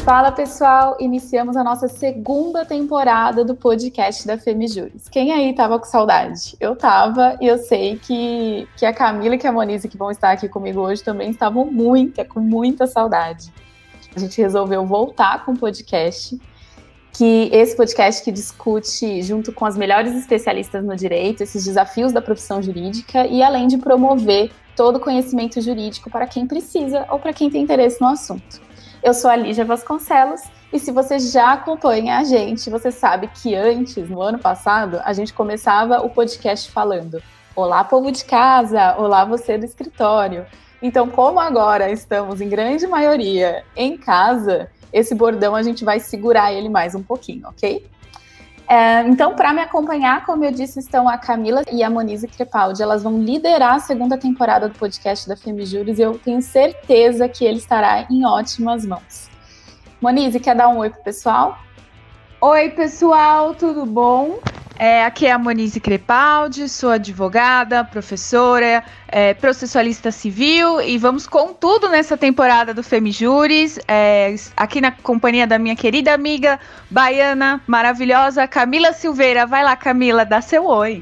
Fala, pessoal! Iniciamos a nossa segunda temporada do podcast da FemiJuris. Quem aí tava com saudade? Eu tava, e eu sei que a Camila e que a Monize, que vão estar aqui comigo hoje, também estavam com muita saudade. A gente resolveu voltar com o podcast, esse podcast que discute, junto com as melhores especialistas no direito, esses desafios da profissão jurídica e além de promover todo o conhecimento jurídico para quem precisa ou para quem tem interesse no assunto. Eu sou a Lígia Vasconcelos e se você já acompanha a gente, você sabe que antes, no ano passado, a gente começava o podcast falando: olá, povo de casa, olá, você do escritório. Então, como agora estamos em grande maioria em casa, esse bordão a gente vai segurar ele mais um pouquinho, ok? Então, para me acompanhar, como eu disse, estão a Camila e a Monize Crepaldi. Elas vão liderar a segunda temporada do podcast da FemiJuris e eu tenho certeza que ele estará em ótimas mãos. Monize, quer dar um oi pro pessoal? Oi, pessoal, tudo bom? Aqui é a Monize Crepaldi, sou advogada, professora, processualista civil e vamos com tudo nessa temporada do FemiJuris, aqui na companhia da minha querida amiga baiana maravilhosa Camila Silveira. Vai lá, Camila, dá seu oi.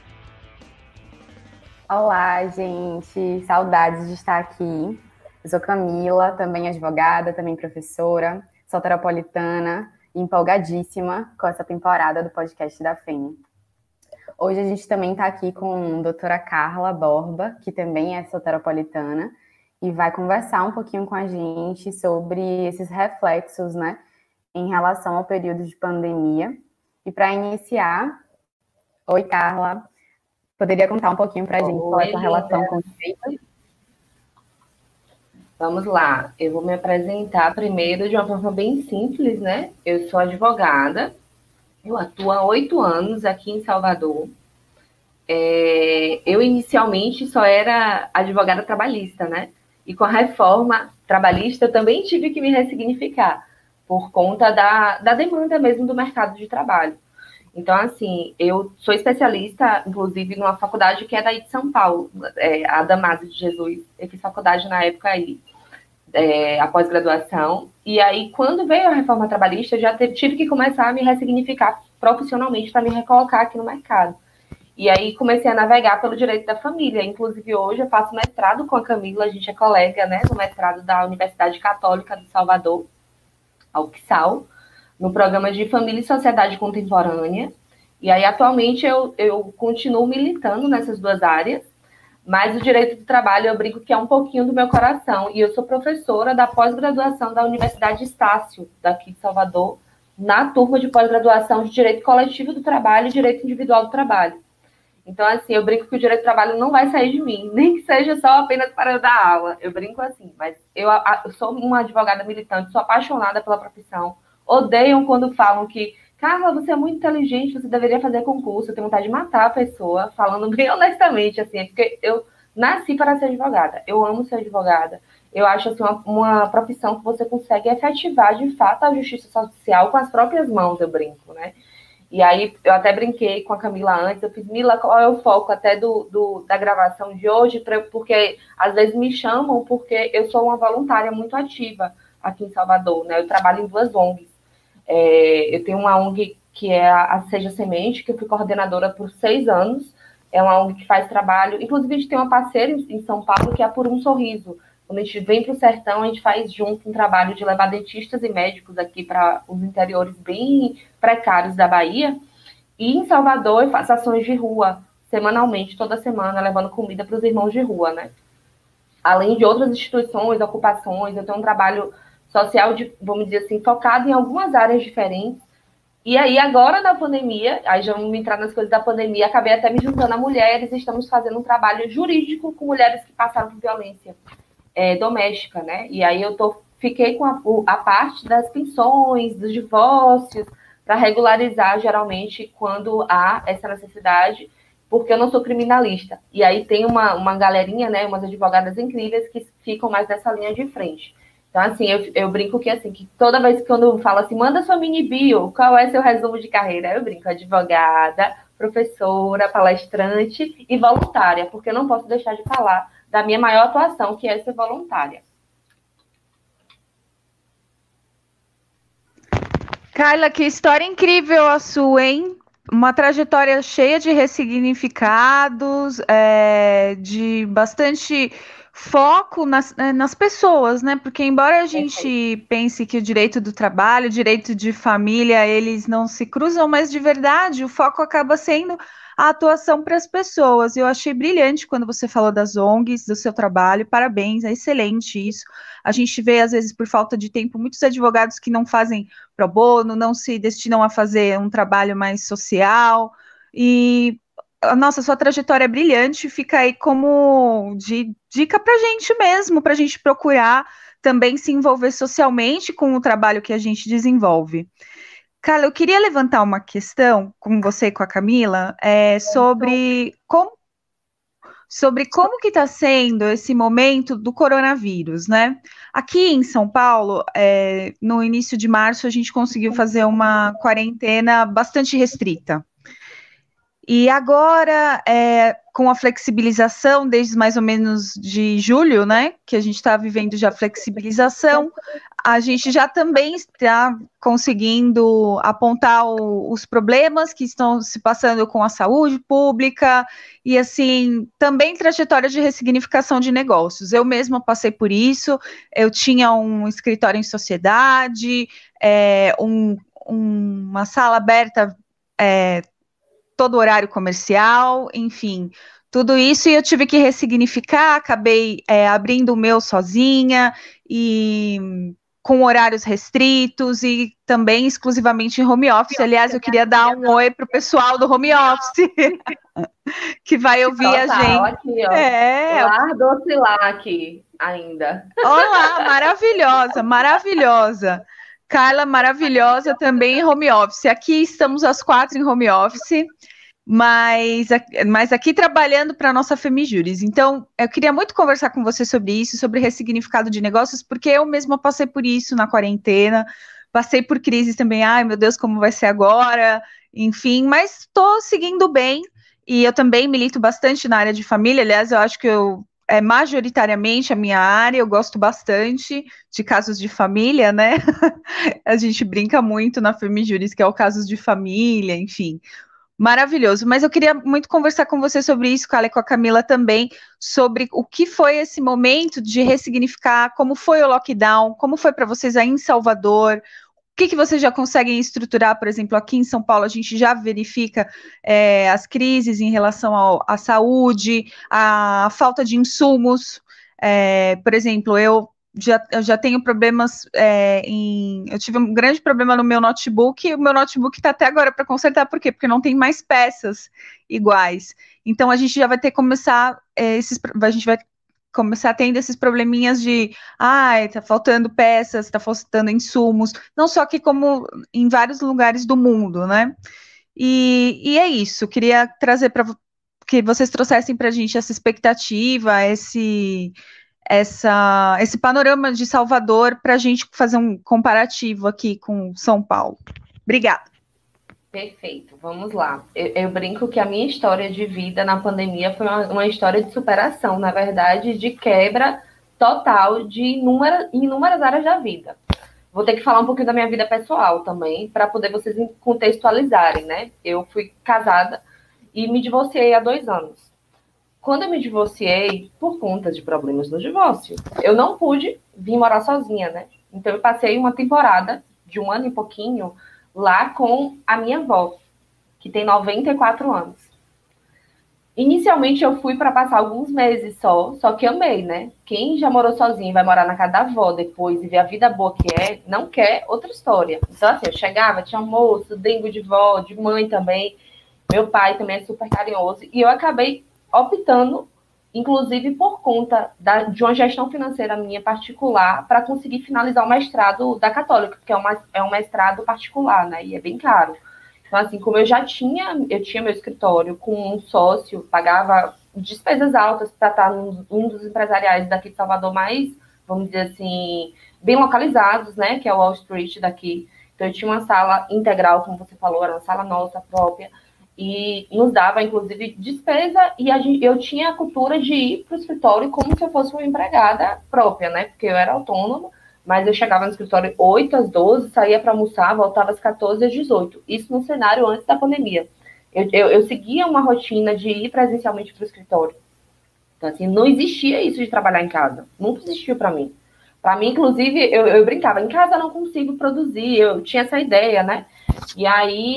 Olá, gente, saudades de estar aqui. Eu sou Camila, também advogada, também professora, soteropolitana, empolgadíssima com essa temporada do podcast da FEM. Hoje a gente também está aqui com a doutora Carla Borba, que também é soteropolitana, e vai conversar um pouquinho com a gente sobre esses reflexos, né, em relação ao período de pandemia. E para iniciar, oi, Carla, poderia contar um pouquinho para a gente qual é a sua relação com o direito? Vamos lá, eu vou me apresentar primeiro de uma forma bem simples, né? Eu sou advogada, eu atuo há 8 anos aqui em Salvador. Eu inicialmente só era advogada trabalhista, né? E com a reforma trabalhista eu também tive que me ressignificar, por conta da demanda mesmo do mercado de trabalho. Então, assim, eu sou especialista, inclusive, numa faculdade que é daí de São Paulo, a Damásio de Jesus. Eu fiz faculdade na época aí, a pós-graduação. E aí, quando veio a reforma trabalhista, eu já tive que começar a me ressignificar profissionalmente para me recolocar aqui no mercado. E aí, comecei a navegar pelo direito da família. Inclusive, hoje eu faço mestrado com a Camila, a gente é colega, né, no mestrado da Universidade Católica de Salvador, a UFSAL, no programa de Família e Sociedade Contemporânea. E aí, atualmente, eu continuo militando nessas duas áreas, mas o direito do trabalho, eu brinco que é um pouquinho do meu coração. E eu sou professora da pós-graduação da Universidade Estácio, daqui de Salvador, na turma de pós-graduação de Direito Coletivo do Trabalho e Direito Individual do Trabalho. Então, assim, eu brinco que o direito do trabalho não vai sair de mim, nem que seja só apenas para eu dar aula. Eu brinco assim, mas eu sou uma advogada militante, sou apaixonada pela profissão. Odeiam quando falam que, Carla, você é muito inteligente, você deveria fazer concurso. Eu tenho vontade de matar a pessoa, falando bem honestamente, assim, é porque eu nasci para ser advogada. Eu amo ser advogada. Eu acho, assim, uma profissão que você consegue efetivar, de fato, a justiça social com as próprias mãos, eu brinco, né? E aí, eu até brinquei com a Camila antes, eu fiz, Mila, qual é o foco até da gravação de hoje? Porque, às vezes, me chamam porque eu sou uma voluntária muito ativa aqui em Salvador, né? Eu trabalho em 2 ONGs. Eu tenho uma ONG que é a Seja Semente, que eu fui coordenadora por 6 anos. É uma ONG que faz trabalho. Inclusive, a gente tem uma parceira em São Paulo que é a Por um Sorriso. Quando a gente vem para o sertão, a gente faz junto um trabalho de levar dentistas e médicos aqui para os interiores bem precários da Bahia. E em Salvador, eu faço ações de rua, semanalmente, toda semana, levando comida para os irmãos de rua, né? Além de outras instituições, ocupações, eu tenho um trabalho social, vamos dizer assim, focado em algumas áreas diferentes. E aí, agora na pandemia, aí já vamos entrar nas coisas da pandemia, acabei até me juntando a mulheres, e estamos fazendo um trabalho jurídico com mulheres que passaram por violência doméstica, né? E aí fiquei com a parte das pensões, dos divórcios, para regularizar, geralmente, quando há essa necessidade, porque eu não sou criminalista. E aí tem uma galerinha, né, umas advogadas incríveis que ficam mais nessa linha de frente. Então, assim, eu brinco que, assim, que toda vez que eu falo assim, manda sua mini bio, qual é seu resumo de carreira? Eu brinco, advogada, professora, palestrante e voluntária, porque eu não posso deixar de falar da minha maior atuação, que é ser voluntária. Carla, que história incrível a sua, hein? Uma trajetória cheia de ressignificados, de bastante foco nas pessoas, né? Porque embora a gente pense que o direito do trabalho, o direito de família, eles não se cruzam, mas de verdade o foco acaba sendo a atuação para as pessoas. Eu achei brilhante quando você falou das ONGs, do seu trabalho, parabéns, é excelente isso. A gente vê, às vezes, por falta de tempo, muitos advogados que não fazem pro bono, não se destinam a fazer um trabalho mais social. E, nossa, sua trajetória é brilhante, fica aí como de dica para a gente mesmo, para a gente procurar também se envolver socialmente com o trabalho que a gente desenvolve. Carla, eu queria levantar uma questão com você e com a Camila sobre como que está sendo esse momento do coronavírus, né? Aqui em São Paulo, no início de março, a gente conseguiu fazer uma quarentena bastante restrita. E agora, com a flexibilização, desde mais ou menos de julho, né, que a gente está vivendo já a flexibilização, a gente já também está conseguindo apontar os problemas que estão se passando com a saúde pública e, assim, também trajetória de ressignificação de negócios. Eu mesma passei por isso, eu tinha um escritório em sociedade, uma sala aberta, todo horário comercial, enfim, tudo isso, e eu tive que ressignificar, acabei abrindo o meu sozinha, e com horários restritos, e também exclusivamente em home office. Aliás, eu queria dar um oi para o pessoal do home office, que vai ouvir a gente. Aqui, ó. Lar do Oscilar aqui, ainda. Olá, maravilhosa, maravilhosa. Carla, maravilhosa também em home office. Aqui estamos as 4 em home office, mas aqui trabalhando para a nossa FemiJuris. Então, eu queria muito conversar com você sobre isso, sobre ressignificado de negócios, porque eu mesma passei por isso na quarentena, passei por crises também, ai meu Deus, como vai ser agora? Enfim, mas estou seguindo bem, e eu também milito bastante na área de família. Aliás, eu acho que é majoritariamente a minha área, eu gosto bastante de casos de família, né? A gente brinca muito na FemiJuris, que é o casos de família, enfim. Maravilhoso, mas eu queria muito conversar com você sobre isso, Carla, e com a Camila também, sobre o que foi esse momento de ressignificar, como foi o lockdown, como foi para vocês aí em Salvador, o que vocês já conseguem estruturar, por exemplo, aqui em São Paulo, a gente já verifica as crises em relação à saúde, à falta de insumos. Por exemplo, eu já tenho problemas eu tive um grande problema no meu notebook, e o meu notebook está até agora para consertar. Por quê? Porque não tem mais peças iguais. Então a gente já vai ter que começar a gente vai começar tendo esses probleminhas de tá faltando peças, tá faltando insumos, não só aqui como em vários lugares do mundo, né? E é isso, queria trazer para que vocês trouxessem para a gente essa expectativa, esse panorama de Salvador, para a gente fazer um comparativo aqui com São Paulo. Obrigada. Perfeito, vamos lá. Eu brinco que a minha história de vida na pandemia foi uma história de superação, na verdade, de quebra total de inúmeras áreas da vida. Vou ter que falar um pouquinho da minha vida pessoal também, para poder vocês contextualizarem, né? Eu fui casada e me divorciei há 2 anos. Quando eu me divorciei, por conta de problemas no divórcio, eu não pude vir morar sozinha, né? Então eu passei uma temporada de 1 ano e pouquinho lá com a minha avó, que tem 94 anos. Inicialmente eu fui para passar alguns meses só que amei, né? Quem já morou sozinho e vai morar na casa da avó depois e ver a vida boa que é, não quer outra história. Então assim, eu chegava, tinha almoço, dengo de vó, de mãe também, meu pai também é super carinhoso, e eu acabei optando, inclusive por conta de uma gestão financeira minha particular, para conseguir finalizar o mestrado da Católica, porque é um mestrado particular, né? E é bem caro. Então, assim, como eu tinha meu escritório com um sócio, pagava despesas altas para estar num dos empresariais daqui de Salvador mais, vamos dizer assim, bem localizados, né? Que é o Wall Street daqui. Então, eu tinha uma sala integral, como você falou, era uma sala nossa própria, e nos dava, inclusive, despesa, e eu tinha a cultura de ir para o escritório como se eu fosse uma empregada própria, né? Porque eu era autônoma, mas eu chegava no escritório 8 às 12, saía para almoçar, voltava às 14 às 18. Isso no cenário antes da pandemia. Eu seguia uma rotina de ir presencialmente para o escritório. Então, assim, não existia isso de trabalhar em casa. Nunca existiu para mim. Para mim, inclusive, eu brincava, em casa eu não consigo produzir, eu tinha essa ideia, né? E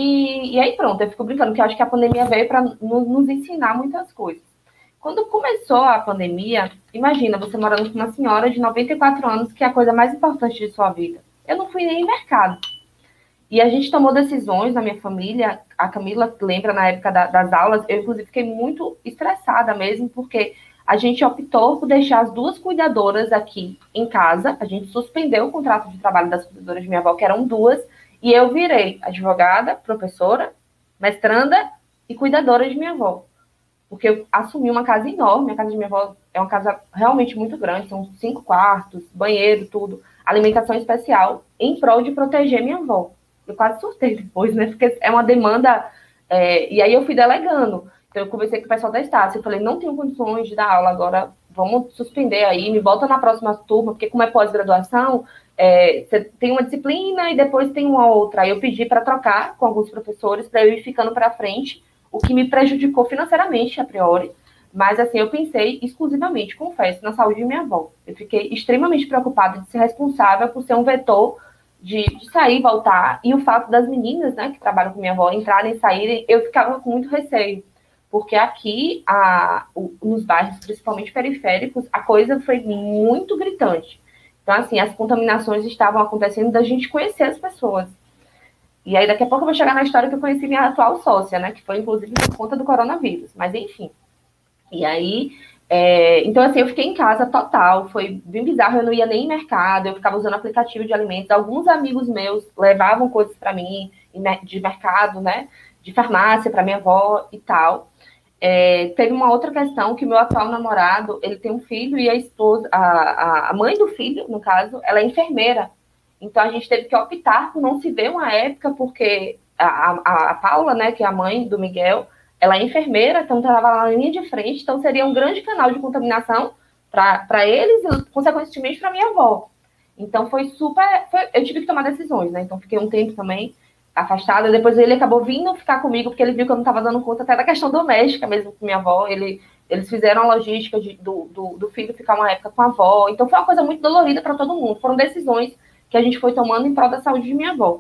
aí pronto, eu fico brincando, porque eu acho que a pandemia veio para nos ensinar muitas coisas. Quando começou a pandemia, imagina, você morando com uma senhora de 94 anos, que é a coisa mais importante de sua vida. Eu não fui nem em mercado. E a gente tomou decisões na minha família, a Camila lembra na época das aulas, eu inclusive fiquei muito estressada mesmo, porque a gente optou por deixar as 2 cuidadoras aqui em casa, a gente suspendeu o contrato de trabalho das cuidadoras de minha avó, que eram 2, e eu virei advogada, professora, mestranda e cuidadora de minha avó. Porque eu assumi uma casa enorme, a casa de minha avó é uma casa realmente muito grande, são 5 quartos, banheiro, tudo, alimentação especial, em prol de proteger minha avó. Eu quase surtei depois, né? Porque é uma demanda. E aí eu fui delegando. Então eu conversei com o pessoal da Estácio. Eu falei, não tenho condições de dar aula agora, vamos suspender aí, me bota na próxima turma, porque como é pós-graduação, você tem uma disciplina e depois tem uma outra. Aí eu pedi para trocar com alguns professores para eu ir ficando para frente, o que me prejudicou financeiramente, a priori. Mas, assim, eu pensei exclusivamente, confesso, na saúde de minha avó. Eu fiquei extremamente preocupada de ser responsável por ser um vetor de sair e voltar, e o fato das meninas, né, que trabalham com minha avó, entrarem e saírem, eu ficava com muito receio, porque aqui, nos bairros, principalmente periféricos, a coisa foi muito gritante. Então, assim, as contaminações estavam acontecendo da gente conhecer as pessoas. E aí, daqui a pouco eu vou chegar na história que eu conheci minha atual sócia, né, que foi, inclusive, por conta do coronavírus, mas enfim. E aí, então assim, eu fiquei em casa total, foi bem bizarro, eu não ia nem em mercado, eu ficava usando aplicativo de alimentos, alguns amigos meus levavam coisas para mim, de mercado, né, de farmácia para minha avó e tal. Teve uma outra questão, que o meu atual namorado, ele tem um filho e a esposa, a mãe do filho, no caso, ela é enfermeira, então a gente teve que optar por não se ver uma época, porque a Paula, né, que é a mãe do Miguel, ela é enfermeira, então estava lá na linha de frente, então seria um grande canal de contaminação para eles e, consequentemente, para minha avó. Então foi super. Eu tive que tomar decisões, né? Então fiquei um tempo também afastada. Depois ele acabou vindo ficar comigo, porque ele viu que eu não estava dando conta até da questão doméstica mesmo com minha avó. Eles fizeram a logística do filho ficar uma época com a avó. Então foi uma coisa muito dolorida para todo mundo. Foram decisões que a gente foi tomando em prol da saúde de minha avó.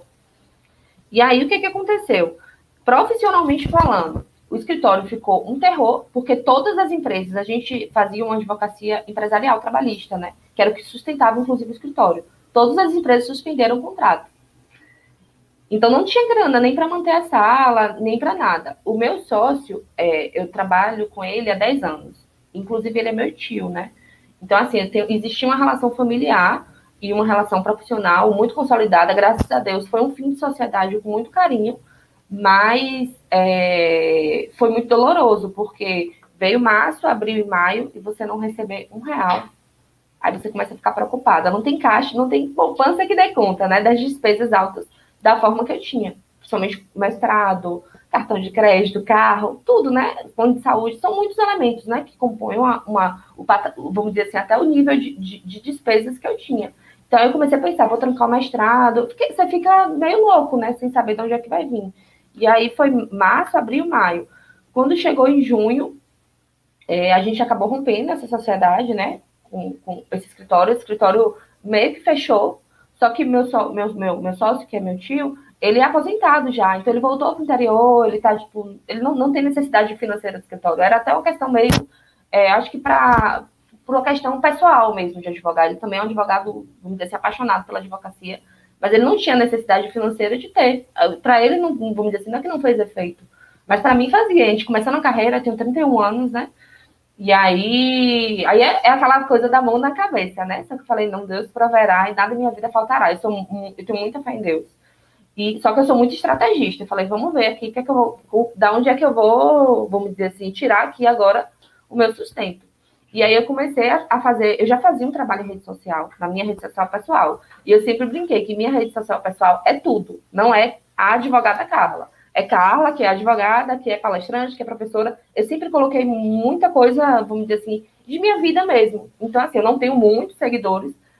E aí o que aconteceu? Profissionalmente falando, o escritório ficou um terror, porque todas as empresas, a gente fazia uma advocacia empresarial trabalhista, né? Que era o que sustentava, inclusive, o escritório. Todas as empresas suspenderam o contrato. Então, não tinha grana nem para manter a sala, nem para nada. O meu sócio, eu trabalho com ele há 10 anos. Inclusive, ele é meu tio, né? Então, assim, existia uma relação familiar e uma relação profissional muito consolidada. Graças a Deus, foi um fim de sociedade com muito carinho. Mas foi muito doloroso, porque veio março, abril e maio, e você não receber R$1. Aí você começa a ficar preocupada. Não tem caixa, não tem poupança que dê conta, né, das despesas altas da forma que eu tinha. Principalmente mestrado, cartão de crédito, carro, tudo, né? Plano de saúde. São muitos elementos, né, que compõem vamos dizer assim, até o nível de despesas que eu tinha. Então eu comecei a pensar, vou trancar o mestrado. Porque você fica meio louco, né, sem saber de onde é que vai vir. E aí foi março, abril, maio. Quando chegou em junho, a gente acabou rompendo essa sociedade, né? Com esse escritório. O escritório meio que fechou. Só que meu sócio, que é meu tio, ele é aposentado já. Então ele voltou para o interior, ele tá, tipo, ele não tem necessidade financeira do escritório. Era até uma questão meio, acho que por uma questão pessoal mesmo de advogado. Ele também é um advogado, vamos dizer assim, apaixonado pela advocacia. Mas ele não tinha necessidade financeira de ter. Para ele, não, vamos dizer assim, não é que não fez efeito. Mas para mim fazia. A gente começou na carreira, eu tenho 31 anos, né? E aí é aquela coisa da mão na cabeça, né? Só que eu falei, não, Deus proverá e nada em minha vida faltará. Eu tenho muita fé em Deus. Só que eu sou muito estrategista. Eu falei, vamos ver aqui da onde é que eu vou, vamos dizer assim, tirar aqui agora o meu sustento. E aí eu comecei a fazer, eu já fazia um trabalho em rede social, na minha rede social pessoal. E eu sempre brinquei que minha rede social pessoal é tudo, não é a advogada Carla. É Carla, que é advogada, que é palestrante, que é professora. Eu sempre coloquei muita coisa, vamos dizer assim, de minha vida mesmo. Então, assim, eu não tenho muitos seguidores,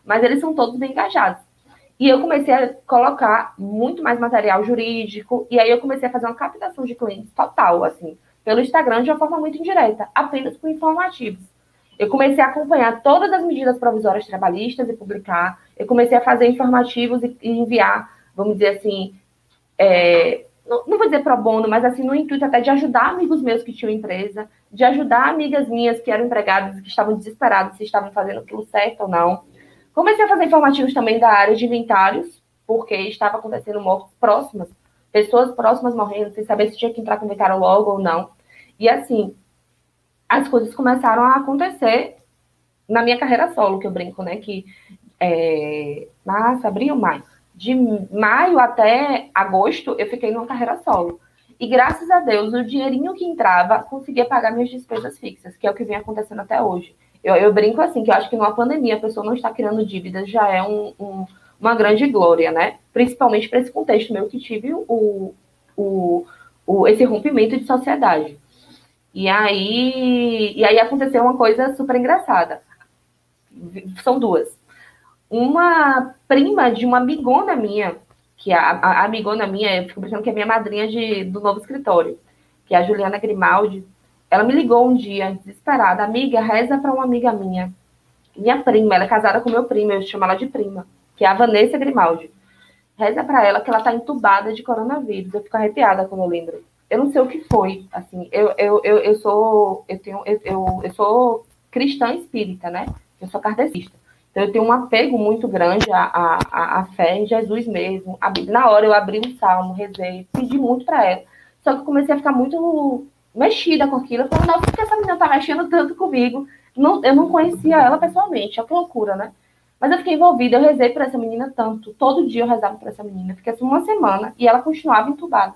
mas eles são todos bem engajados. E eu comecei a colocar muito mais material jurídico, e aí eu comecei a fazer uma captação de clientes total, assim, pelo Instagram de uma forma muito indireta, apenas com informativos. Eu comecei a acompanhar todas as medidas provisórias trabalhistas e publicar. Eu comecei a fazer informativos e enviar, vamos dizer assim, não vou dizer pro bono, mas assim, no intuito até de ajudar amigos meus que tinham empresa, de ajudar amigas minhas que eram empregadas, que estavam desesperadas se estavam fazendo aquilo certo ou não. Comecei a fazer informativos também da área de inventários, porque estava acontecendo mortes próximas, pessoas próximas morrendo, sem saber se tinha que entrar com inventário logo ou não. E assim, as coisas começaram a acontecer na minha carreira solo, que eu brinco, né? Que março, abril, maio. De maio até agosto, eu fiquei numa carreira solo. E graças a Deus, o dinheirinho que entrava conseguia pagar minhas despesas fixas, que é o que vem acontecendo até hoje. Eu brinco assim, que eu acho que numa pandemia a pessoa não está criando dívidas, já é uma grande glória, né? Principalmente para esse contexto meu que tive esse rompimento de sociedade. E aí aconteceu uma coisa super engraçada. São duas. Uma prima de uma amigona minha, que a amigona minha, eu fico pensando que é minha madrinha do novo escritório, que é a Juliana Grimaldi. Ela me ligou um dia, desesperada. Amiga, reza para uma amiga minha. Minha prima, ela é casada com meu primo, eu chamo ela de prima, que é a Vanessa Grimaldi. Reza para ela que ela tá entubada de coronavírus. Eu fico arrepiada quando eu lembro. Eu não sei o que foi, assim, eu sou cristã espírita, né? Eu sou kardecista. Então eu tenho um apego muito grande à fé em Jesus mesmo. Na hora eu abri um salmo, rezei, pedi muito para ela. Só que eu comecei a ficar muito mexida com aquilo. Eu falei, nossa, por que essa menina tá mexendo tanto comigo? Eu não conhecia ela pessoalmente, é que loucura, né? Mas eu fiquei envolvida, eu rezei por essa menina tanto. Todo dia eu rezava por essa menina. Fiquei assim uma semana e ela continuava entubada.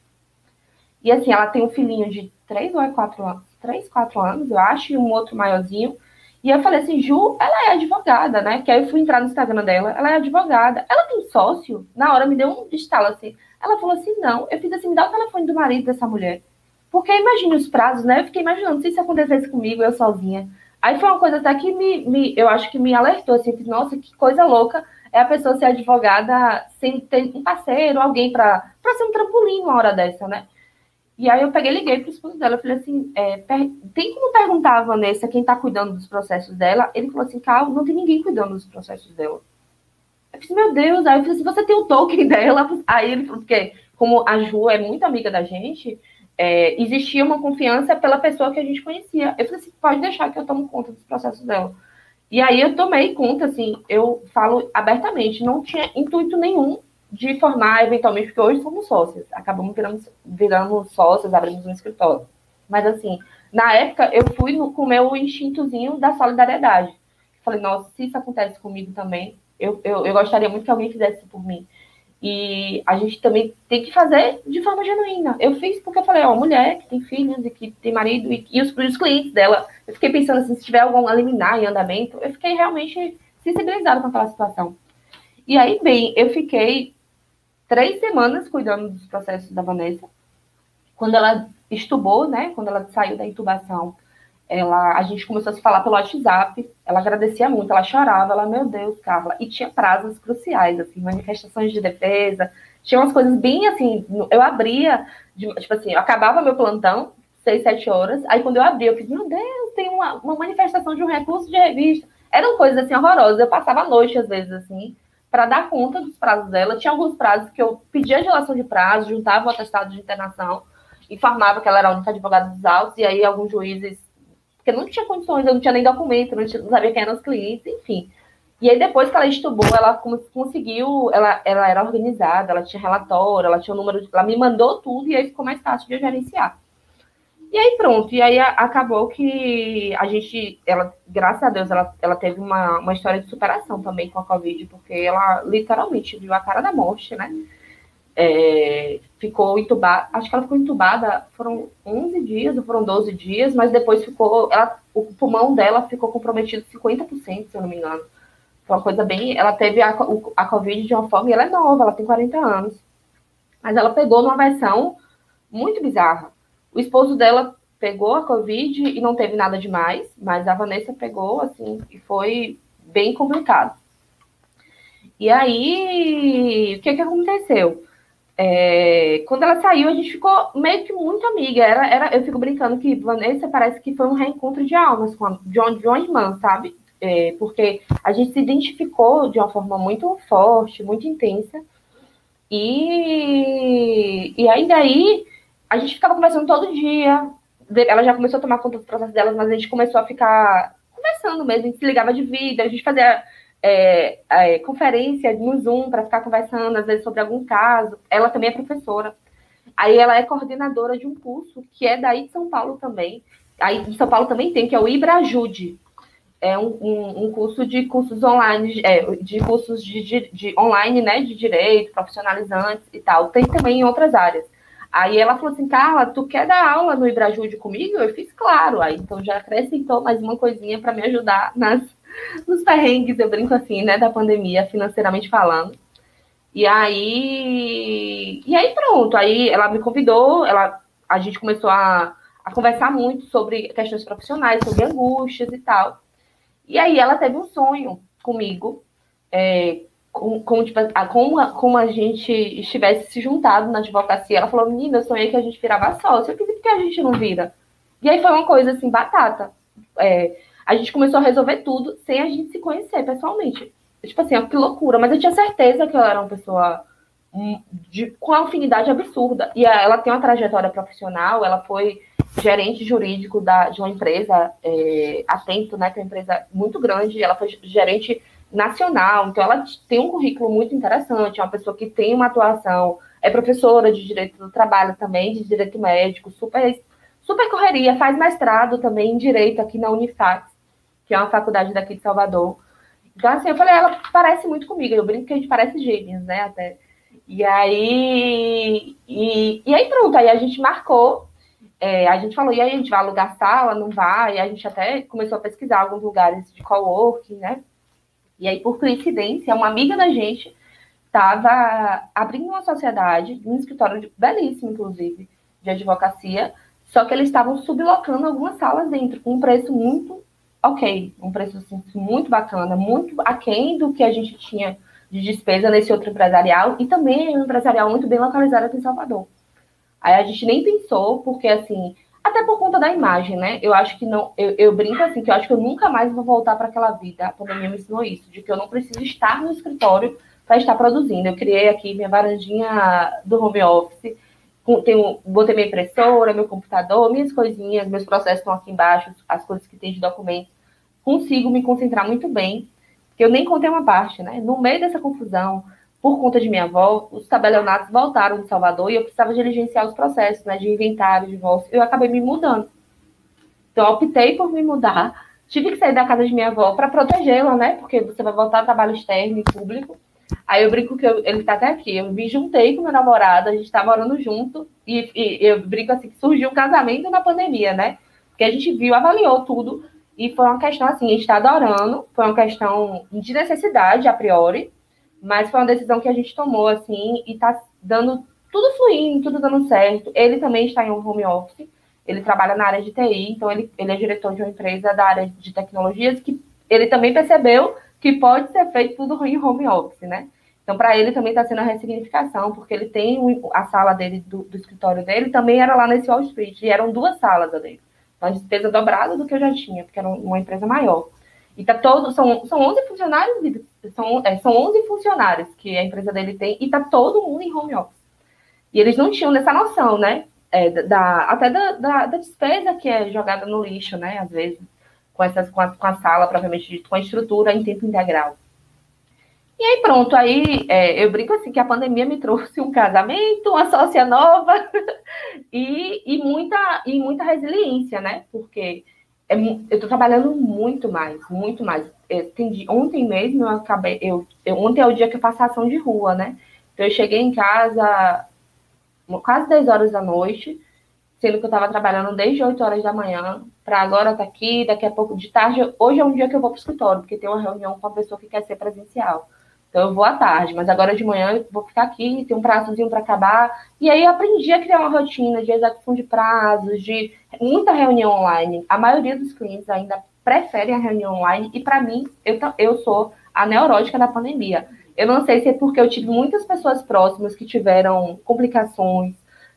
E assim, ela tem um filhinho de 3 ou 4 anos, 3, 4 anos, eu acho, e um outro maiorzinho. E eu falei assim, Ju, ela é advogada, né? Que aí eu fui entrar no Instagram dela, ela é advogada. Ela tem sócio? Na hora me deu um estalo assim. Ela falou assim, não. Eu fiz assim, me dá o telefone do marido dessa mulher. Porque imagine os prazos, né? Eu fiquei imaginando, se isso acontecesse comigo, eu sozinha. Aí foi uma coisa até que eu acho que me alertou, assim, nossa, que coisa louca é a pessoa ser advogada sem ter um parceiro, alguém para ser um trampolim uma hora dessa, né? E aí eu peguei e liguei pro esposo dela, eu falei assim, tem como perguntar a Vanessa quem tá cuidando dos processos dela? Ele falou assim, Carl, não tem ninguém cuidando dos processos dela. Eu falei, meu Deus, aí eu falei assim, você tem o token dela? Aí ele falou, porque como a Ju é muito amiga da gente, existia uma confiança pela pessoa que a gente conhecia. Eu falei assim, pode deixar que eu tomo conta dos processos dela. E aí eu tomei conta, assim, eu falo abertamente, não tinha intuito nenhum de formar, eventualmente, porque hoje somos sócios, acabamos virando sócios, abrimos um escritório. Mas, assim, na época, eu fui com o meu instintozinho da solidariedade. Falei, nossa, se isso acontece comigo também, eu gostaria muito que alguém fizesse isso por mim. E a gente também tem que fazer de forma genuína. Eu fiz porque eu falei, mulher que tem filhos e que tem marido e os clientes dela. Eu fiquei pensando assim, se tiver algum liminar em andamento, eu fiquei realmente sensibilizada com aquela situação. E aí, bem, eu fiquei 3 semanas cuidando dos processos da Vanessa. Quando ela estubou, né? Quando ela saiu da intubação, a gente começou a se falar pelo WhatsApp. Ela agradecia muito, ela chorava, meu Deus, Carla. E tinha prazos cruciais, assim, manifestações de defesa. Tinha umas coisas bem assim. Eu abria, tipo assim, eu acabava meu plantão, 6, 7 horas. Aí quando eu abria, eu fiz, meu Deus, tem uma manifestação de um recurso de revista. Eram coisas assim horrorosas. Eu passava a noite, às vezes, assim, para dar conta dos prazos dela. Tinha alguns prazos que eu pedia dilação de prazo, juntava o atestado de internação, informava que ela era a única advogada dos autos, e aí alguns juízes, porque não tinha condições, eu não tinha nem documento, não sabia quem eram os clientes, enfim. E aí depois que ela estubou, ela conseguiu, ela era organizada, ela tinha relatório, ela tinha o número, ela me mandou tudo, e aí ficou mais fácil de eu gerenciar. E aí pronto, e aí acabou que ela, graças a Deus, ela teve uma história de superação também com a Covid, porque ela literalmente viu a cara da morte, né? Ficou entubada, acho que ela ficou entubada, foram 11 dias ou foram 12 dias, mas depois o pulmão dela ficou comprometido 50%, se eu não me engano. Foi uma coisa bem, ela teve a Covid de uma forma, e ela é nova, ela tem 40 anos, mas ela pegou numa versão muito bizarra. O esposo dela pegou a Covid e não teve nada demais, mas a Vanessa pegou, assim, e foi bem complicado. E aí, o que aconteceu? Quando ela saiu, a gente ficou meio que muito amiga. Eu fico brincando que Vanessa parece que foi um reencontro de almas de uma irmã, sabe? Porque a gente se identificou de uma forma muito forte, muito intensa. E aí daí a gente ficava conversando todo dia. Ela já começou a tomar conta dos processos delas, mas a gente começou a ficar conversando mesmo. A gente se ligava de vida, a gente fazia conferência no Zoom para ficar conversando, às vezes, sobre algum caso. Ela também é professora. Aí ela é coordenadora de um curso que é daí de São Paulo também. Aí de São Paulo também tem, que é o IbraJude. É um curso de cursos online, de cursos de online, né, de direito, profissionalizantes e tal. Tem também em outras áreas. Aí ela falou assim, Carla, tu quer dar aula no IbraJude comigo? Eu fiz, claro. Aí então já acrescentou mais uma coisinha para me ajudar nos perrengues, eu brinco assim, né, da pandemia, financeiramente falando. E aí pronto, aí ela me convidou, a gente começou a conversar muito sobre questões profissionais, sobre angústias e tal. E aí ela teve um sonho comigo, como a gente estivesse se juntado na advocacia. Ela falou, menina, eu sonhei que a gente virava sócio. Eu disse, por que a gente não vira? E aí foi uma coisa assim, batata. A gente começou a resolver tudo sem a gente se conhecer pessoalmente. Tipo assim, que loucura. Mas eu tinha certeza que ela era uma pessoa com uma afinidade absurda. E ela tem uma trajetória profissional, ela foi gerente jurídico de uma empresa, Atento, né, que é uma empresa muito grande, ela foi gerente nacional, então ela tem um currículo muito interessante, é uma pessoa que tem uma atuação, é professora de direito do trabalho também, de direito médico, super correria, faz mestrado também em direito aqui na Unifax, que é uma faculdade daqui de Salvador. Então, assim, eu falei, ela parece muito comigo, eu brinco que a gente parece gêmeos, né, até. E aí pronto, aí a gente marcou, a gente falou, e aí a gente vai alugar sala, não vai? E a gente até começou a pesquisar alguns lugares de coworking, né? E aí, por coincidência, uma amiga da gente estava abrindo uma sociedade, um escritório belíssimo, inclusive, de advocacia, só que eles estavam sublocando algumas salas dentro, com um preço muito ok, um preço assim, muito bacana, muito aquém do que a gente tinha de despesa nesse outro empresarial, e também um empresarial muito bem localizado aqui em Salvador. Aí a gente nem pensou, porque assim, até por conta da imagem, né? Eu acho que não, eu brinco assim, que eu acho que eu nunca mais vou voltar para aquela vida. A pandemia me ensinou isso, de que eu não preciso estar no escritório para estar produzindo. Eu criei aqui minha varandinha do home office, botei minha impressora, meu computador, minhas coisinhas, meus processos estão aqui embaixo, as coisas que tem de documentos. Consigo me concentrar muito bem, porque eu nem contei uma parte, né? No meio dessa confusão, por conta de minha avó, os tabelionatos voltaram de Salvador e eu precisava diligenciar os processos, né, de inventário, de divórcio. Eu acabei me mudando. Então, eu optei por me mudar. Tive que sair da casa de minha avó para protegê-la, né? Porque você vai voltar ao trabalho externo e público. Aí eu brinco que ele está até aqui. Eu me juntei com meu namorado, a gente está morando junto. E eu brinco assim que surgiu um casamento na pandemia, né? Porque a gente viu, avaliou tudo. E foi uma questão assim, a gente está adorando. Foi uma questão de necessidade, a priori. Mas foi uma decisão que a gente tomou, assim, e tá dando tudo fluindo, tudo dando certo. Ele também está em um home office, ele trabalha na área de TI, então ele é diretor de uma empresa da área de tecnologias, que ele também percebeu que pode ser feito tudo em home office, né? Então, para ele também está sendo a ressignificação, porque ele tem a sala dele, do escritório dele, também era lá nesse Wall Street, e eram 2 salas dele. Então, a despesa dobrada do que eu já tinha, porque era uma empresa maior. E tá são 11 funcionários, são 11 funcionários que a empresa dele tem, e tá todo mundo em home office. E eles não tinham dessa noção, né? Até da despesa que é jogada no lixo, né? Às vezes, com a sala, propriamente dito, com a estrutura em tempo integral. E aí pronto, aí eu brinco assim que a pandemia me trouxe um casamento, uma sócia nova e muita resiliência, né? Porque eu estou trabalhando muito mais, muito mais. Ontem mesmo eu acabei. Ontem é o dia que eu faço ação de rua, né? Então eu cheguei em casa quase 10 horas da noite, sendo que eu estava trabalhando desde 8 horas da manhã, para agora estar aqui, daqui a pouco de tarde. Hoje é um dia que eu vou para o escritório, porque tem uma reunião com a pessoa que quer ser presencial. Então eu vou à tarde, mas agora de manhã eu vou ficar aqui, tem um prazozinho para acabar. E aí eu aprendi a criar uma rotina de execução de prazos, de muita reunião online. A maioria dos clientes ainda preferem a reunião online, e para mim, eu sou a neurótica da pandemia. Eu não sei se é porque eu tive muitas pessoas próximas que tiveram complicações,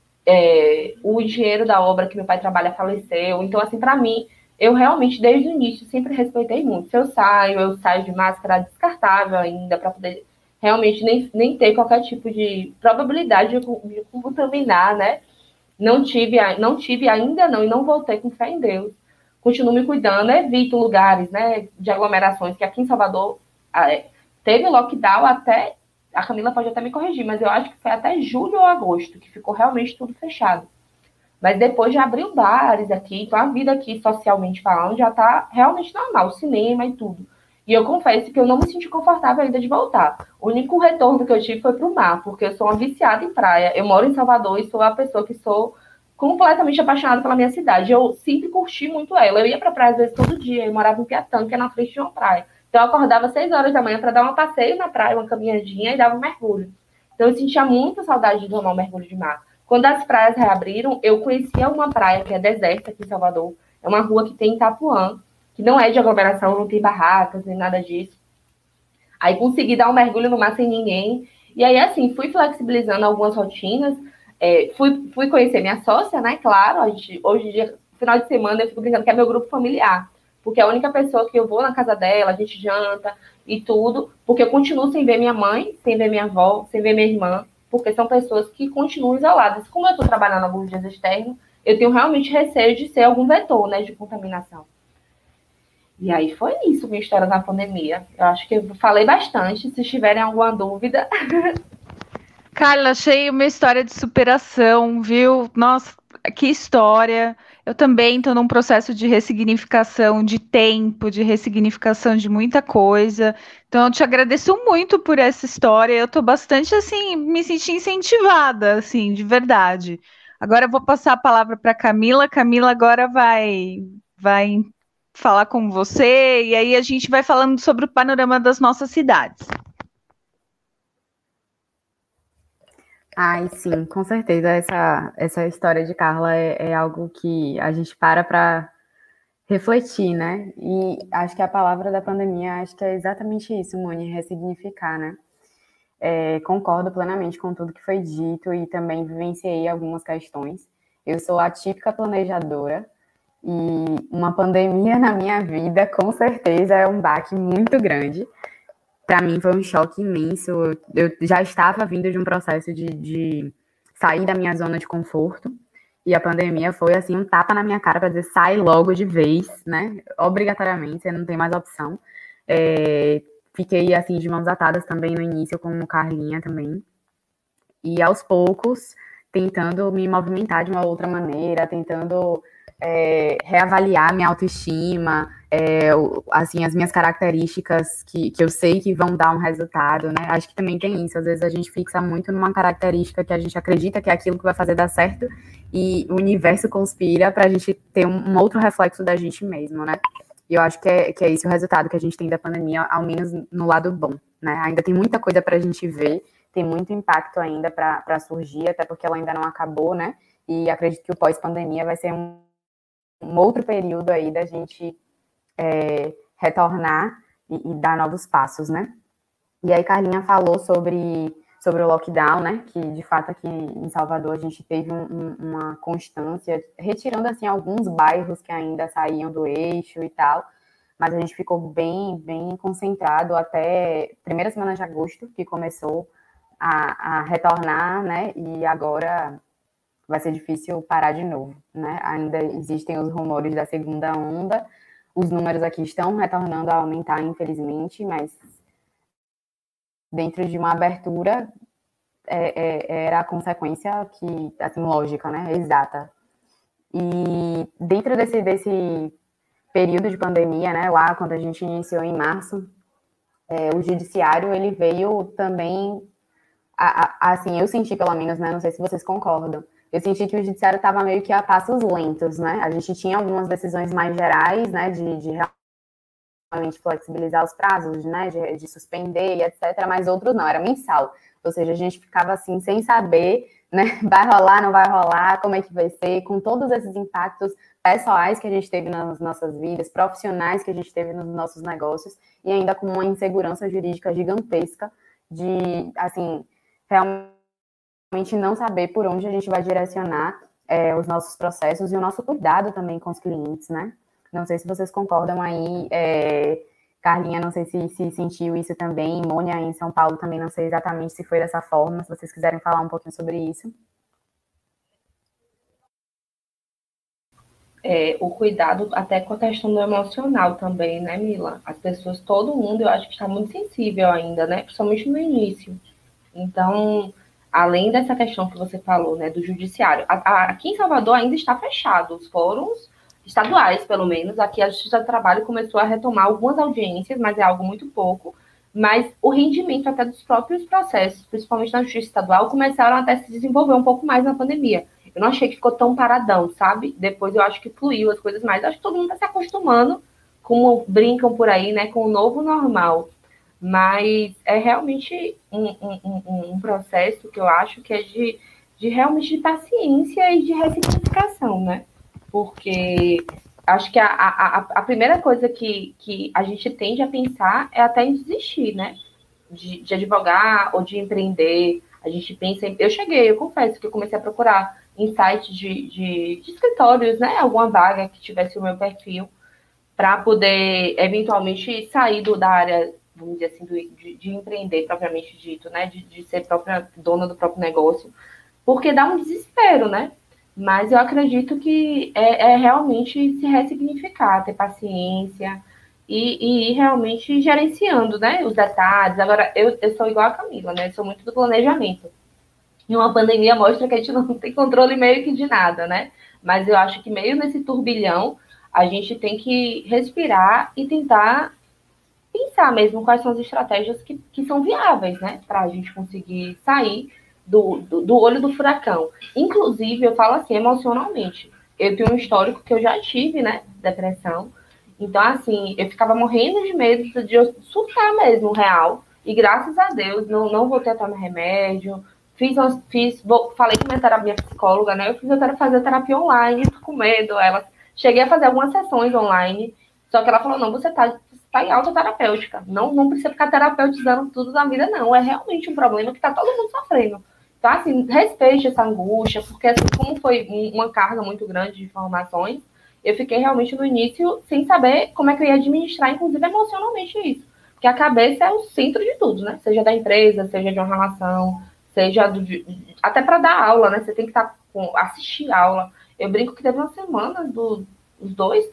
o engenheiro da obra que meu pai trabalha faleceu. Então, assim, para mim, eu realmente, desde o início, sempre respeitei muito. Se eu saio de máscara descartável ainda, para poder realmente nem ter qualquer tipo de probabilidade de contaminar, né? Não tive ainda não, e não voltei com fé em Deus. Continuo me cuidando, evito lugares, né, de aglomerações, que aqui em Salvador teve lockdown até, a Camila pode até me corrigir, mas eu acho que foi até julho ou agosto, que ficou realmente tudo fechado. Mas depois já abriu bares aqui, então a vida aqui, socialmente falando, já está realmente normal, o cinema e tudo. E eu confesso que eu não me senti confortável ainda de voltar. O único retorno que eu tive foi para o mar, porque eu sou uma viciada em praia. Eu moro em Salvador e sou a pessoa que sou completamente apaixonada pela minha cidade. Eu sempre curti muito ela. Eu ia para a praia às vezes todo dia. Eu morava em Piatã, que é na frente de uma praia. Então eu acordava às 6 horas da manhã para dar um passeio na praia, uma caminhadinha e dava um mergulho. Então eu sentia muita saudade de tomar um mergulho de mar. Quando as praias reabriram, eu conhecia uma praia que é deserta aqui em Salvador. É uma rua que tem em Itapuã, que não é de aglomeração, não tem barracas nem nada disso. Aí consegui dar um mergulho no mar sem ninguém. E aí, assim, fui flexibilizando algumas rotinas. Fui conhecer minha sócia, né? Claro, hoje em dia, final de semana, eu fico brincando que é meu grupo familiar. Porque é a única pessoa que eu vou na casa dela, a gente janta e tudo. Porque eu continuo sem ver minha mãe, sem ver minha avó, sem ver minha irmã. Porque são pessoas que continuam isoladas. Como eu estou trabalhando alguns dias externos, eu tenho realmente receio de ser algum vetor, né, de contaminação. E aí foi isso, minha história na pandemia. Eu acho que eu falei bastante. Se tiverem alguma dúvida. Carla, achei uma história de superação, viu? Nossa, que história. Eu também estou num processo de ressignificação de tempo, de ressignificação de muita coisa. Então, eu te agradeço muito por essa história. Eu estou bastante, assim, me senti incentivada, assim, de verdade. Agora eu vou passar a palavra para Camila. Camila agora vai falar com você e aí a gente vai falando sobre o panorama das nossas cidades. Ai, sim, com certeza. Essa história de Carla é algo que a gente para refletir, né? E acho que a palavra da pandemia, acho que é exatamente isso, Moni, ressignificar, né? Concordo plenamente com tudo que foi dito e também vivenciei algumas questões. Eu sou a típica planejadora e uma pandemia na minha vida, com certeza, é um baque muito grande. Para mim foi um choque imenso. Eu já estava vindo de um processo de sair da minha zona de conforto. E a pandemia foi, assim, um tapa na minha cara para dizer, sai logo de vez, né? Obrigatoriamente, você não tem mais opção. Fiquei, assim, de mãos atadas também no início, com Carlinha também. E, aos poucos, tentando me movimentar de uma outra maneira, tentando reavaliar minha autoestima, assim, as minhas características que eu sei que vão dar um resultado, né? Acho que também tem isso, às vezes a gente fixa muito numa característica que a gente acredita que é aquilo que vai fazer dar certo e o universo conspira para a gente ter um outro reflexo da gente mesmo, né? E eu acho que é esse o resultado que a gente tem da pandemia, ao menos no lado bom, né? Ainda tem muita coisa para a gente ver, tem muito impacto ainda para surgir, até porque ela ainda não acabou, né? E acredito que o pós-pandemia vai ser um outro período aí da gente retornar e dar novos passos, né? E aí Carlinha falou sobre o lockdown, né? Que de fato aqui em Salvador a gente teve uma constância, retirando assim alguns bairros que ainda saíam do eixo e tal, mas a gente ficou bem concentrado até primeira semana de agosto, que começou a retornar, né? E agora vai ser difícil parar de novo, né? Ainda existem os rumores da segunda onda, os números aqui estão retornando a aumentar, infelizmente, mas dentro de uma abertura era a consequência que, assim, lógica, né? Exata. E dentro desse período de pandemia, né? Lá quando a gente iniciou em março, o judiciário, ele veio também, assim, eu senti pelo menos, né? Não sei se vocês concordam, eu senti que o judiciário estava meio que a passos lentos, né? A gente tinha algumas decisões mais gerais, né? De realmente flexibilizar os prazos, né? De suspender e etc. Mas outros não, era mensal. Ou seja, a gente ficava assim, sem saber, né? Vai rolar, não vai rolar, como é que vai ser, com todos esses impactos pessoais que a gente teve nas nossas vidas, profissionais que a gente teve nos nossos negócios, e ainda com uma insegurança jurídica gigantesca de, assim, realmente não saber por onde a gente vai direcionar os nossos processos e o nosso cuidado também com os clientes, né? Não sei se vocês concordam aí, Carlinha, não sei se sentiu isso também, Mônia em São Paulo também, não sei exatamente se foi dessa forma, se vocês quiserem falar um pouquinho sobre isso. O cuidado até com a questão do emocional também, né, Mila? As pessoas, todo mundo, eu acho que está muito sensível ainda, né? Principalmente no início. Então, além dessa questão que você falou, né, do judiciário, aqui em Salvador ainda está fechado, os fóruns estaduais, pelo menos, aqui a Justiça do Trabalho começou a retomar algumas audiências, mas é algo muito pouco, mas o rendimento até dos próprios processos, principalmente na Justiça Estadual, começaram até a se desenvolver um pouco mais na pandemia. Eu não achei que ficou tão paradão, sabe? Depois eu acho que fluiu as coisas mais. Acho que todo mundo está se acostumando, como brincam por aí, né, com o novo normal. Mas é realmente um processo que eu acho que é de realmente de paciência e de ressignificação, né? Porque acho que a primeira coisa que a gente tende a pensar é até em desistir, né? De advogar ou de empreender. A gente pensa em... eu confesso que eu comecei a procurar em sites de escritórios, né? Alguma vaga que tivesse o meu perfil para poder eventualmente sair da área, vamos dizer assim, de empreender propriamente dito, né? De ser própria dona do próprio negócio, porque dá um desespero, né? Mas eu acredito que é realmente se ressignificar, ter paciência e ir realmente gerenciando, né? Os detalhes. Agora, eu sou igual a Camila, né? Eu sou muito do planejamento. E uma pandemia mostra que a gente não tem controle meio que de nada, né? Mas eu acho que meio nesse turbilhão, a gente tem que respirar e tentar pensar mesmo quais são as estratégias que são viáveis, né? Para a gente conseguir sair do olho do furacão. Inclusive, eu falo assim, emocionalmente. Eu tenho um histórico que eu já tive, né? Depressão. Então, assim, eu ficava morrendo de medo de eu surtar mesmo, real. E graças a Deus, não voltei a tomar remédio. Falei com minha psicóloga, né? Eu fiz fazer terapia online, tô com medo. Cheguei a fazer algumas sessões online, só que ela falou, não, você tá em alta terapêutica. Não precisa ficar terapeutizando tudo na vida, não. É realmente um problema que tá todo mundo sofrendo. Então, assim, respeite essa angústia, porque assim, como foi uma carga muito grande de informações, eu fiquei realmente no início sem saber como é que eu ia administrar, inclusive emocionalmente, isso. Porque a cabeça é o centro de tudo, né? Seja da empresa, seja de uma relação, seja até para dar aula, né? Você tem que assistir aula. Eu brinco que teve umas semanas umas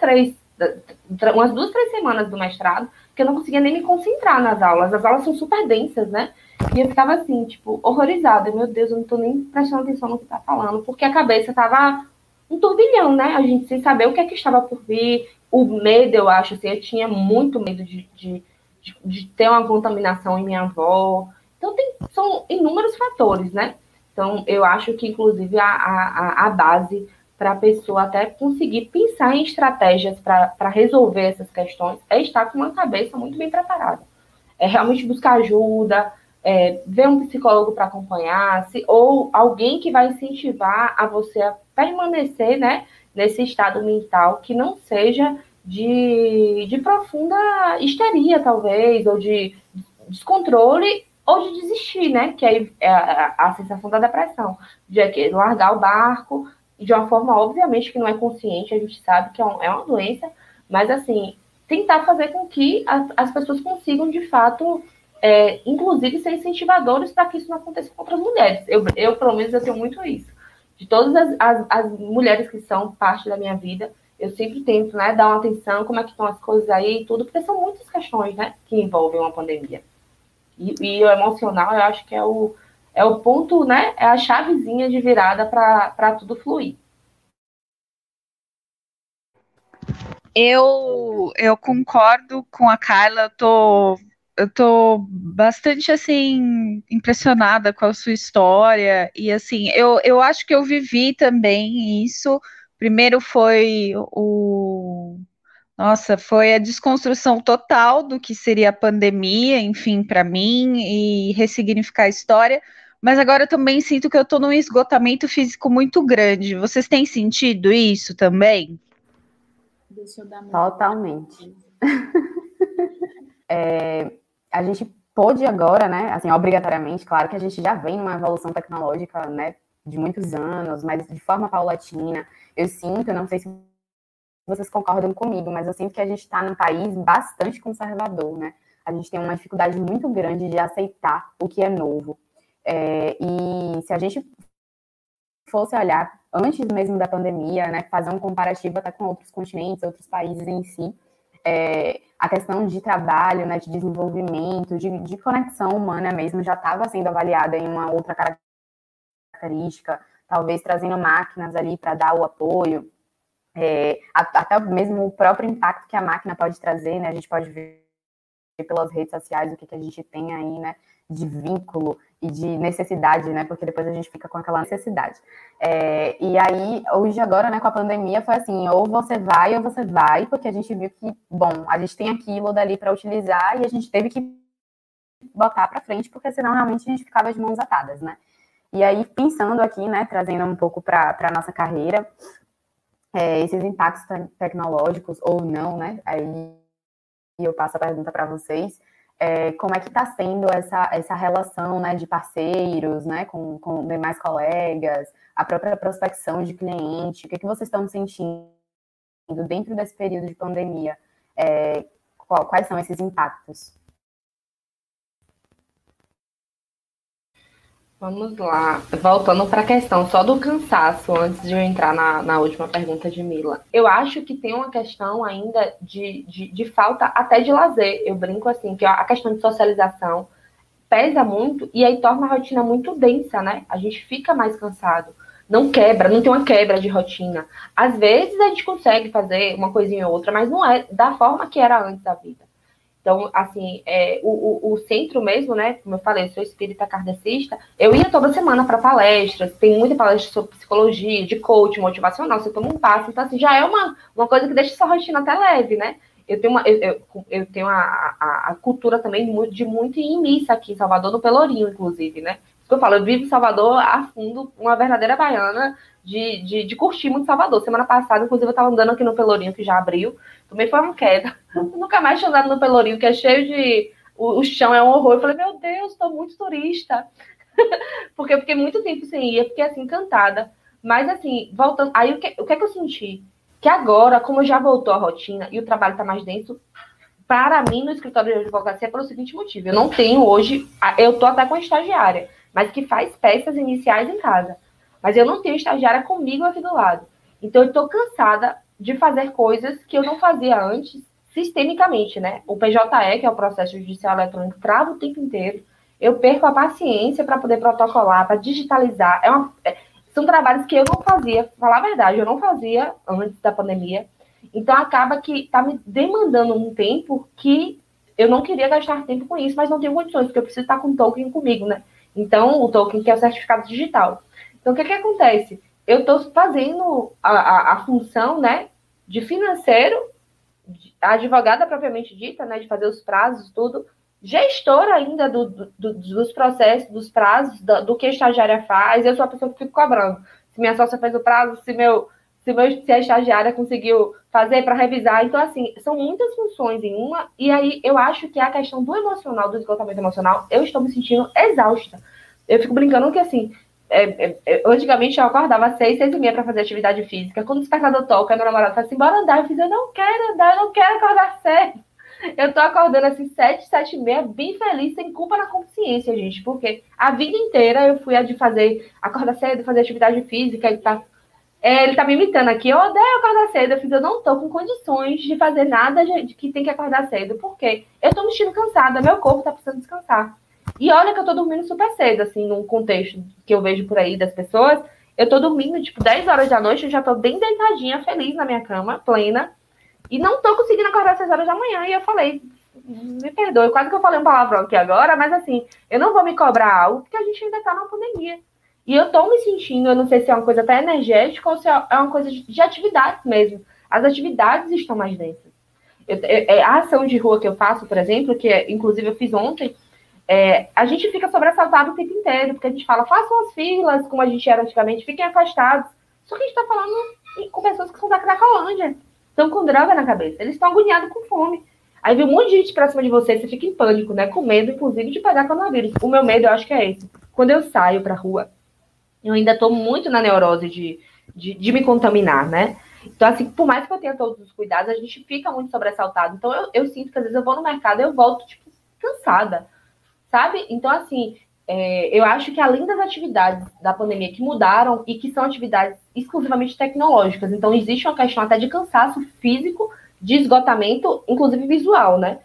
2, 3 semanas do mestrado que eu não conseguia nem me concentrar nas aulas. As aulas são super densas, né? E eu ficava assim, tipo, horrorizada. Meu Deus, eu não tô nem prestando atenção no que tá falando, porque a cabeça tava um turbilhão, né? A gente sem saber o que é que estava por vir. O medo, eu acho, assim, eu tinha muito medo de ter uma contaminação em minha avó. Então, são inúmeros fatores, né? Então, eu acho que, inclusive, a base para a pessoa até conseguir pensar em estratégias para resolver essas questões é estar com uma cabeça muito bem preparada. É realmente buscar ajuda, ver um psicólogo para acompanhar, ou alguém que vai incentivar a você a permanecer, né, nesse estado mental que não seja de profunda histeria, talvez, ou de descontrole, ou de desistir, né? Que aí é a sensação da depressão, de largar o barco, de uma forma, obviamente, que não é consciente, a gente sabe que é uma doença, mas, assim, tentar fazer com que as pessoas consigam, de fato, inclusive, ser incentivadores para que isso não aconteça com outras mulheres. Eu, pelo menos, eu tenho muito isso. De todas as mulheres que são parte da minha vida, eu sempre tento, né, dar uma atenção, como é que estão as coisas aí e tudo, porque são muitas questões, né, que envolvem uma pandemia. E o emocional, eu acho que é o ponto, né, é a chavezinha de virada para tudo fluir. Eu concordo com a Carla, eu tô bastante, assim, impressionada com a sua história, e, assim, eu acho que eu vivi também isso. Primeiro foi a desconstrução total do que seria a pandemia, enfim, para mim, e ressignificar a história, mas agora eu também sinto que eu tô num esgotamento físico muito grande. Vocês têm sentido isso também? Deixa eu dar totalmente. A gente pôde agora, né, assim, obrigatoriamente, claro que a gente já vem numa evolução tecnológica, né, de muitos anos, mas de forma paulatina. Eu sinto, eu não sei se vocês concordam comigo, mas eu sinto que a gente está num país bastante conservador, né? A gente tem uma dificuldade muito grande de aceitar o que é novo. E se a gente fosse olhar antes mesmo da pandemia, né, fazer um comparativo até com outros continentes, outros países em si, a questão de trabalho, né, de desenvolvimento, de conexão humana mesmo, já estava sendo avaliada em uma outra característica, talvez trazendo máquinas ali para dar o apoio, até mesmo o próprio impacto que a máquina pode trazer, né, a gente pode ver pelas redes sociais o que a gente tem aí, né, de vínculo e de necessidade, né, porque depois a gente fica com aquela necessidade. E aí, hoje agora, né, com a pandemia, foi assim, ou você vai, porque a gente viu que, bom, a gente tem aquilo dali para utilizar e a gente teve que botar para frente, porque senão realmente a gente ficava de mãos atadas, né. E aí, pensando aqui, né, trazendo um pouco para a nossa carreira, esses impactos tecnológicos ou não, né, aí eu passo a pergunta para vocês, como é que está sendo essa relação, né, de parceiros, né, com demais colegas, a própria prospecção de cliente, o que vocês estão sentindo dentro desse período de pandemia? Quais são esses impactos? Vamos lá, voltando para a questão só do cansaço, antes de eu entrar na última pergunta de Mila. Eu acho que tem uma questão ainda de falta até de lazer. Eu brinco assim, que a questão de socialização pesa muito e aí torna a rotina muito densa, né? A gente fica mais cansado. Não tem uma quebra de rotina. Às vezes a gente consegue fazer uma coisinha ou outra, mas não é da forma que era antes da vida. Então, assim, o centro mesmo, né? Como eu falei, eu sou espírita kardecista, eu ia toda semana para palestras, tem muita palestra sobre psicologia, de coach, motivacional, você toma um passo, então, assim, já é uma coisa que deixa sua rotina até leve, né? Eu tenho a cultura também de muito ir em missa aqui em Salvador, no Pelourinho, inclusive, né? Isso que eu falo, eu vivo em Salvador a fundo, uma verdadeira baiana de curtir muito Salvador. Semana passada, inclusive, eu estava andando aqui no Pelourinho, que já abriu, também foi uma queda. Eu nunca mais tinha andado no Pelourinho, que é cheio de... O chão é um horror. Eu falei, meu Deus, estou muito turista. Porque eu fiquei muito tempo sem ir, eu fiquei, assim, encantada. Mas, assim, voltando... Aí, o que é que eu senti? Que agora, como já voltou a rotina e o trabalho está mais denso, para mim, no escritório de advocacia, é pelo seguinte motivo. Eu não tenho hoje... Eu estou até com estagiária, mas que faz peças iniciais em casa. Mas eu não tenho estagiária comigo aqui do lado. Então, eu estou cansada de fazer coisas que eu não fazia antes, sistemicamente, né? O PJE, que é o processo judicial eletrônico, trava o tempo inteiro. Eu perco a paciência para poder protocolar, para digitalizar. São trabalhos que eu não fazia, pra falar a verdade, eu não fazia antes da pandemia. Então, acaba que está me demandando um tempo que eu não queria gastar tempo com isso, mas não tenho condições, porque eu preciso estar com o token comigo, né? Então, o token que é o certificado digital. Então, o que acontece? Eu estou fazendo a função, né, de financeiro, a advogada propriamente dita, né, de fazer os prazos, tudo, gestora ainda dos processos, dos prazos, do que a estagiária faz. Eu sou a pessoa que fico cobrando. Se minha sócia fez o prazo, se a estagiária conseguiu fazer para revisar. Então, assim, são muitas funções em uma, e aí eu acho que a questão do emocional, do esgotamento emocional, eu estou me sentindo exausta. Eu fico brincando que, assim, antigamente eu acordava às 6h30 para fazer atividade física. Quando o despertador toca, meu namorado fala assim, bora andar. Eu fiz, eu não quero andar, eu não quero acordar cedo. Eu tô acordando assim 7h30, bem feliz, sem culpa na consciência, gente, porque a vida inteira eu fui a de acordar cedo, fazer atividade física e tá. Ele tá me imitando aqui, eu odeio acordar cedo. Eu fiz, eu não tô com condições de fazer nada de que tem que acordar cedo, porque eu tô me sentindo cansada, meu corpo tá precisando descansar. E olha que eu tô dormindo super cedo, assim, num contexto que eu vejo por aí das pessoas. Eu tô dormindo, tipo, 10 horas da noite, eu já tô bem deitadinha, feliz na minha cama, plena. E não tô conseguindo acordar às 6 horas da manhã. E eu falei, me perdoe, quase que eu falei um palavrão aqui agora, mas assim, eu não vou me cobrar algo porque a gente ainda tá numa pandemia. E eu tô me sentindo, eu não sei se é uma coisa até energética ou se é uma coisa de atividades mesmo. As atividades estão mais densas. A ação de rua que eu faço, por exemplo, que inclusive eu fiz ontem, a gente fica sobressaltado o tempo inteiro, porque a gente fala, façam as filas, como a gente era antigamente, fiquem afastados. Só que a gente tá falando com pessoas que são da Cracolândia, estão com droga na cabeça, eles estão agoniados com fome. Aí vem um monte de gente pra cima de você, você fica em pânico, né? Com medo, inclusive, de pegar coronavírus. O meu medo, eu acho que é esse. Quando eu saio pra rua, eu ainda tô muito na neurose de me contaminar, né? Então, assim, por mais que eu tenha todos os cuidados, a gente fica muito sobressaltado. Então, eu sinto que às vezes eu vou no mercado e eu volto, tipo, cansada, sabe? Então, assim, eu acho que além das atividades da pandemia que mudaram e que são atividades exclusivamente tecnológicas, então existe uma questão até de cansaço físico, de esgotamento, inclusive visual, né?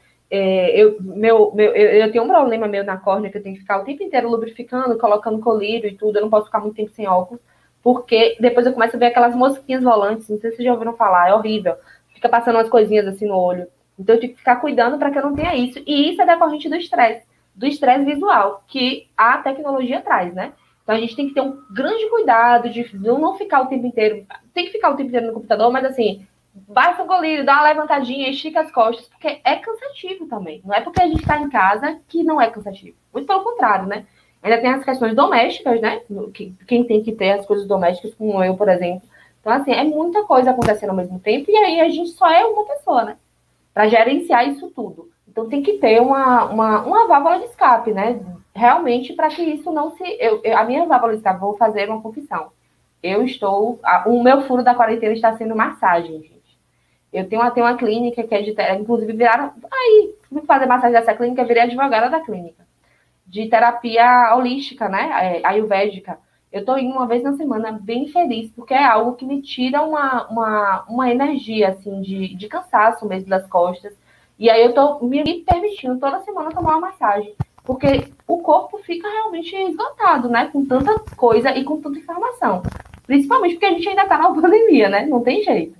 Eu tenho um problema meu na córnea que eu tenho que ficar o tempo inteiro lubrificando, colocando colírio e tudo, eu não posso ficar muito tempo sem óculos, porque depois eu começo a ver aquelas mosquinhas volantes, não sei se vocês já ouviram falar, é horrível, fica passando umas coisinhas assim no olho, então eu tenho que ficar cuidando para que eu não tenha isso, e isso é decorrente do estresse visual que a tecnologia traz, né? Então a gente tem que ter um grande cuidado de não ficar o tempo inteiro, tem que ficar o tempo inteiro no computador, mas assim, baixa o colírio, dá uma levantadinha, estica as costas, porque é cansativo também. Não é porque a gente está em casa que não é cansativo. Muito pelo contrário, né? Ainda tem as questões domésticas, né? Quem tem que ter as coisas domésticas, como eu, por exemplo. Então, assim, é muita coisa acontecendo ao mesmo tempo, e aí a gente só é uma pessoa, né? Para gerenciar isso tudo. Então tem que ter uma válvula de escape, né? Realmente, para que isso não se. A minha válvula de escape, vou fazer uma confissão. O meu furo da quarentena está sendo massagem, gente. Eu tenho uma clínica que é de terapia, inclusive viraram. Aí, fui fazer massagem dessa clínica, virei advogada da clínica. De terapia holística, né? Ayurvédica. Eu tô indo uma vez na semana bem feliz, porque é algo que me tira uma energia, assim, de cansaço mesmo das costas. E aí eu tô me permitindo toda semana tomar uma massagem. Porque o corpo fica realmente esgotado, né? Com tanta coisa e com tanta informação. Principalmente porque a gente ainda tá na pandemia, né? Não tem jeito.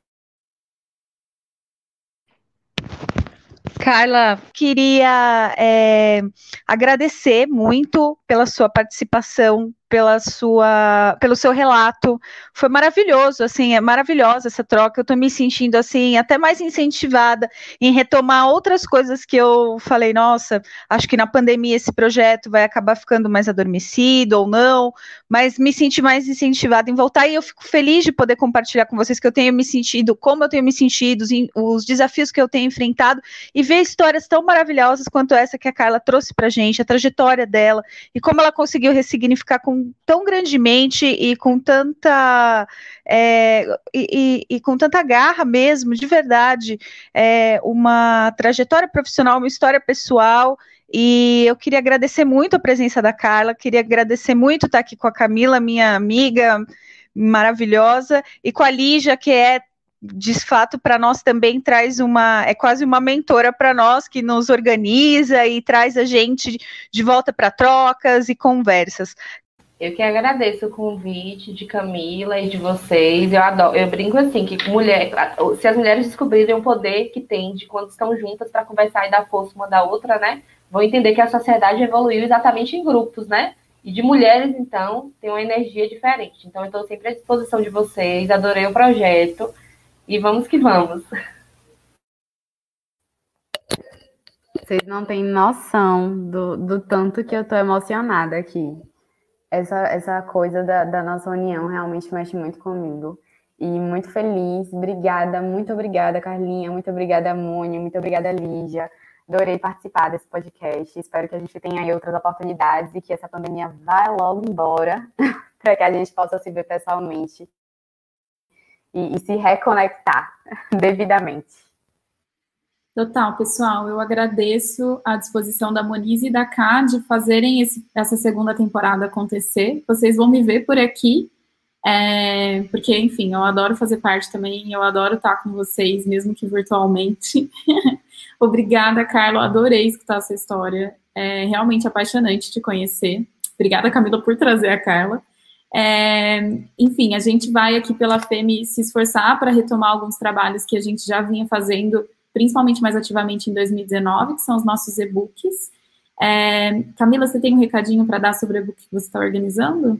Carla, queria agradecer muito pela sua participação, pelo seu relato. Foi maravilhoso, assim, é maravilhosa essa troca. Eu estou me sentindo assim, até mais incentivada em retomar outras coisas que eu falei, nossa, acho que na pandemia esse projeto vai acabar ficando mais adormecido ou não, mas me senti mais incentivada em voltar e eu fico feliz de poder compartilhar com vocês que eu tenho me sentido, como eu tenho me sentido, os desafios que eu tenho enfrentado e ver histórias tão maravilhosas quanto essa que a Carla trouxe para a gente, a trajetória dela e como ela conseguiu ressignificar tão grandemente e com tanta com tanta garra mesmo, de verdade, uma trajetória profissional, uma história pessoal. E eu queria agradecer muito a presença da Carla, queria agradecer muito estar aqui com a Camila, minha amiga maravilhosa, e com a Lígia, que de fato, para nós também traz é quase uma mentora para nós, que nos organiza e traz a gente de volta para trocas e conversas. Eu que agradeço o convite de Camila e de vocês. Eu brinco assim, que se as mulheres descobrirem o poder que tem de quando estão juntas para conversar e dar força uma da outra, né? Vão entender que a sociedade evoluiu exatamente em grupos, né? E de mulheres, então, tem uma energia diferente. Então, eu estou sempre à disposição de vocês. Adorei o projeto. E vamos que vamos. Vocês não têm noção do tanto que eu tô emocionada aqui. Essa coisa da nossa união realmente mexe muito comigo. E muito feliz. Obrigada, muito obrigada, Carlinha. Muito obrigada, Mônia. Muito obrigada, Lígia. Adorei participar desse podcast. Espero que a gente tenha aí outras oportunidades e que essa pandemia vá logo embora para que a gente possa se ver pessoalmente e se reconectar devidamente. Total, pessoal, eu agradeço a disposição da Moniz e da Ká de fazerem essa segunda temporada acontecer. Vocês vão me ver por aqui, porque, enfim, eu adoro fazer parte também, eu adoro estar com vocês, mesmo que virtualmente. Obrigada, Carla, eu adorei escutar essa história, é realmente apaixonante de conhecer. Obrigada, Camila, por trazer a Carla. Enfim, a gente vai aqui pela FEME se esforçar para retomar alguns trabalhos que a gente já vinha fazendo, principalmente mais ativamente em 2019, que são os nossos e-books. Camila, você tem um recadinho para dar sobre o e-book que você está organizando?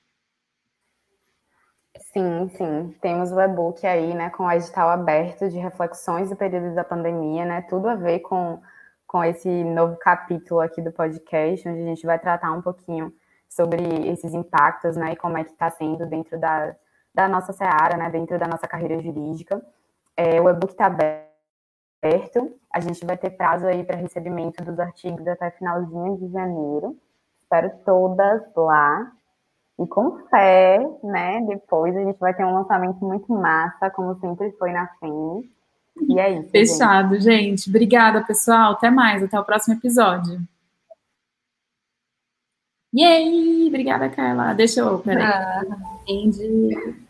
Sim. Temos o e-book aí, né, com o edital aberto de reflexões do período da pandemia, né, tudo a ver com esse novo capítulo aqui do podcast, onde a gente vai tratar um pouquinho sobre esses impactos, né, e como é que está sendo dentro da nossa seara, né, dentro da nossa carreira jurídica. O e-book está aberto certo? A gente vai ter prazo aí para recebimento dos artigos até finalzinho de janeiro. Espero todas lá. E com fé, né? Depois a gente vai ter um lançamento muito massa, como sempre foi na FEM. E é isso. Fechado, gente. Obrigada, pessoal. Até mais. Até o próximo episódio. Yay! Obrigada, Carla. Deixa eu. Peraí. Entendi.